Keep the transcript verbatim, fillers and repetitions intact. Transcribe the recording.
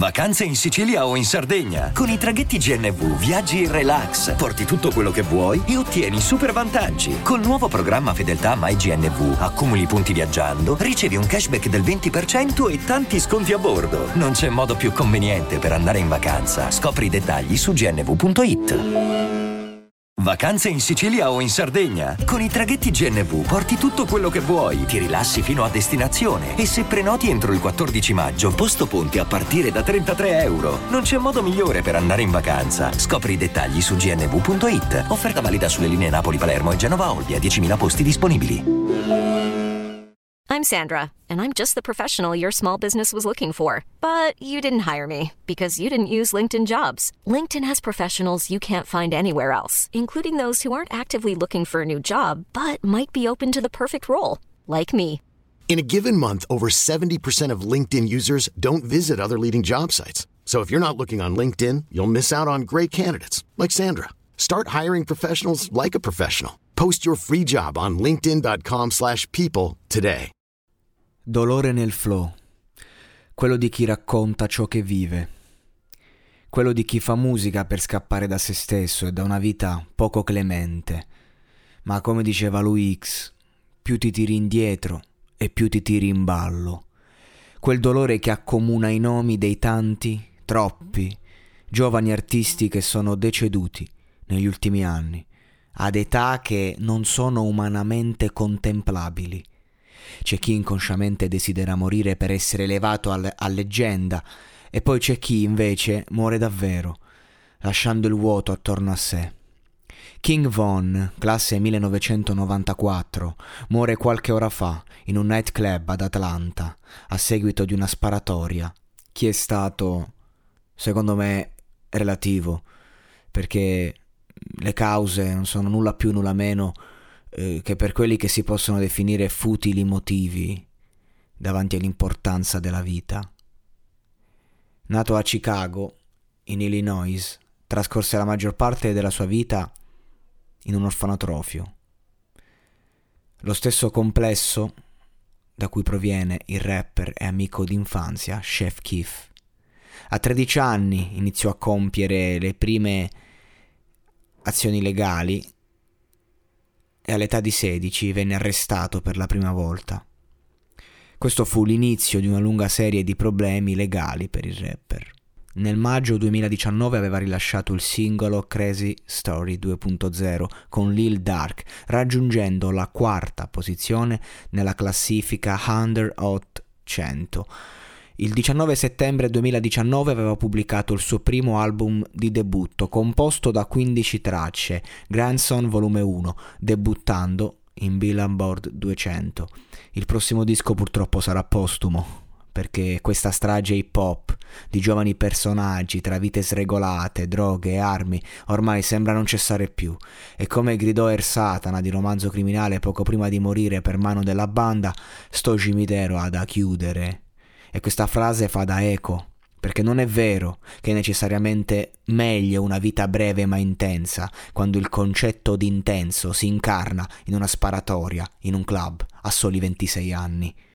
Vacanze in Sicilia o in Sardegna. Con i traghetti G N V viaggi in relax, porti tutto quello che vuoi e ottieni super vantaggi. Col nuovo programma Fedeltà MyGNV accumuli punti viaggiando, ricevi un cashback del venti per cento e tanti sconti a bordo. Non c'è modo più conveniente per andare in vacanza. Scopri i dettagli su g n v punto i t. Vacanze in Sicilia o in Sardegna. Con i traghetti G N V porti tutto quello che vuoi, ti rilassi fino a destinazione e se prenoti entro il quattordici maggio, posto ponti a partire da trentatré euro. Non c'è modo migliore per andare in vacanza. Scopri i dettagli su g n v punto i t. Offerta valida sulle linee Napoli-Palermo e Genova-Olbia, diecimila posti disponibili. I'm Sandra, and I'm just the professional your small business was looking for. But you didn't hire me because you didn't use LinkedIn Jobs. LinkedIn has professionals you can't find anywhere else, including those who aren't actively looking for a new job, but might be open to the perfect role, like me. In a given month, over seventy percent of LinkedIn users don't visit other leading job sites. So if you're not looking on LinkedIn, you'll miss out on great candidates like Sandra. Start hiring professionals like a professional. Post your free job on linkedin dot com slash people today. Dolore nel flow, quello di chi racconta ciò che vive, quello di chi fa musica per scappare da se stesso e da una vita poco clemente. Ma come diceva lui X, più ti tiri indietro e più ti tiri in ballo. Quel dolore che accomuna i nomi dei tanti, troppi, giovani artisti che sono deceduti negli ultimi anni, ad età che non sono umanamente contemplabili. C'è chi inconsciamente desidera morire per essere elevato al- a leggenda e poi c'è chi invece muore davvero, lasciando il vuoto attorno a sé. King Von, classe millenovecentonovantaquattro, muore qualche ora fa in un nightclub ad Atlanta a seguito di una sparatoria. Chi è stato? Secondo me relativo, perché le cause non sono nulla più nulla meno eh, che per quelli che si possono definire futili motivi davanti all'importanza della vita. Nato a Chicago, in Illinois, trascorse la maggior parte della sua vita in un orfanotrofio. Lo stesso complesso da cui proviene il rapper e amico d'infanzia Chef Keef. A tredici anni iniziò a compiere le prime azioni legali e all'età di sedici venne arrestato per la prima volta. Questo fu l'inizio di una lunga serie di problemi legali per il rapper. Nel maggio duemiladiciannove aveva rilasciato il singolo Crazy Story due punto zero con Lil Durk, raggiungendo la quarta posizione nella classifica Under Hot cento. Il diciannove settembre duemiladiciannove aveva pubblicato il suo primo album di debutto, composto da quindici tracce, Grandson Volume uno, debuttando in Billboard duecento. Il prossimo disco purtroppo sarà postumo, perché questa strage hip hop di giovani personaggi tra vite sregolate, droghe e armi ormai sembra non cessare più. E come gridò Er Satana di Romanzo Criminale poco prima di morire per mano della banda, sto cimitero ha da chiudere. E questa frase fa da eco, perché non è vero che è necessariamente meglio una vita breve ma intensa, quando il concetto di intenso si incarna in una sparatoria, in un club, a soli ventisei anni.